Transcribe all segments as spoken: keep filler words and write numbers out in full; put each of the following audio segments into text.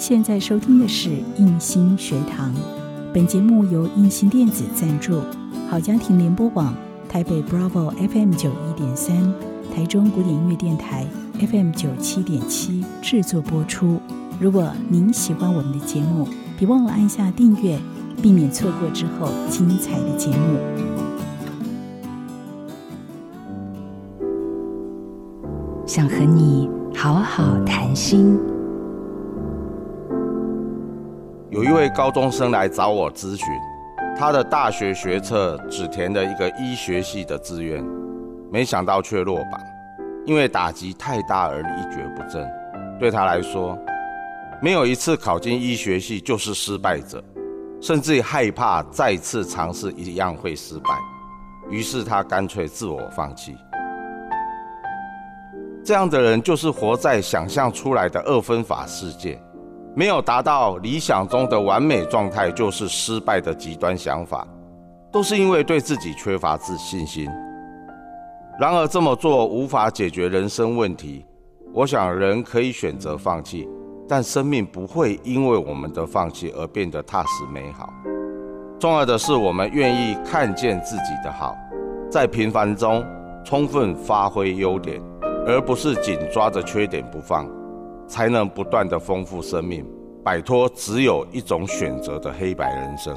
现在收听的是映心学堂，本节目由映心电子赞助，好家庭联播网台北 Bravo F M 九一点三，台中古典音乐电台 F M 九七点七制作播出。如果您喜欢我们的节目，别忘了按下订阅，避免错过之后精彩的节目。想和你好好谈心。 有一位高中生来找我咨询，他的大学学测只填了一个医学系的志愿，没想到却落榜，因为打击太大而一蹶不振。对他来说，没有一次考进医学系就是失败者，甚至害怕再次尝试一样会失败，于是他干脆自我放弃。这样的人就是活在想象出来的二分法世界，没有达到理想中的完美状态就是失败的极端想法，都是因为对自己缺乏自信心。然而这么做无法解决人生问题，我想人可以选择放弃，但生命不会因为我们的放弃而变得踏实美好。重要的是我们愿意看见自己的好，在平凡中充分发挥优点，而不是紧抓着缺点不放，才能不断地丰富生命，摆脱只有一种选择的黑白人生。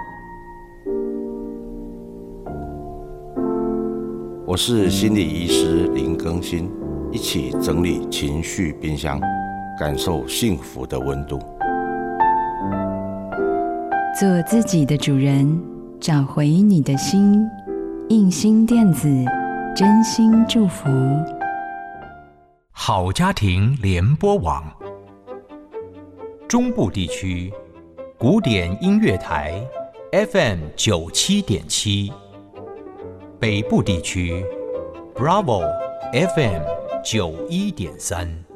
我是心理医师林更新，一起整理情绪冰箱，感受幸福的温度。 做自己的主人，找回你的心。映心电子，真心祝福。 好家庭联播网，中部地区古典音乐台 F M 九七点七，北部地区 Bravo F M 九一点三。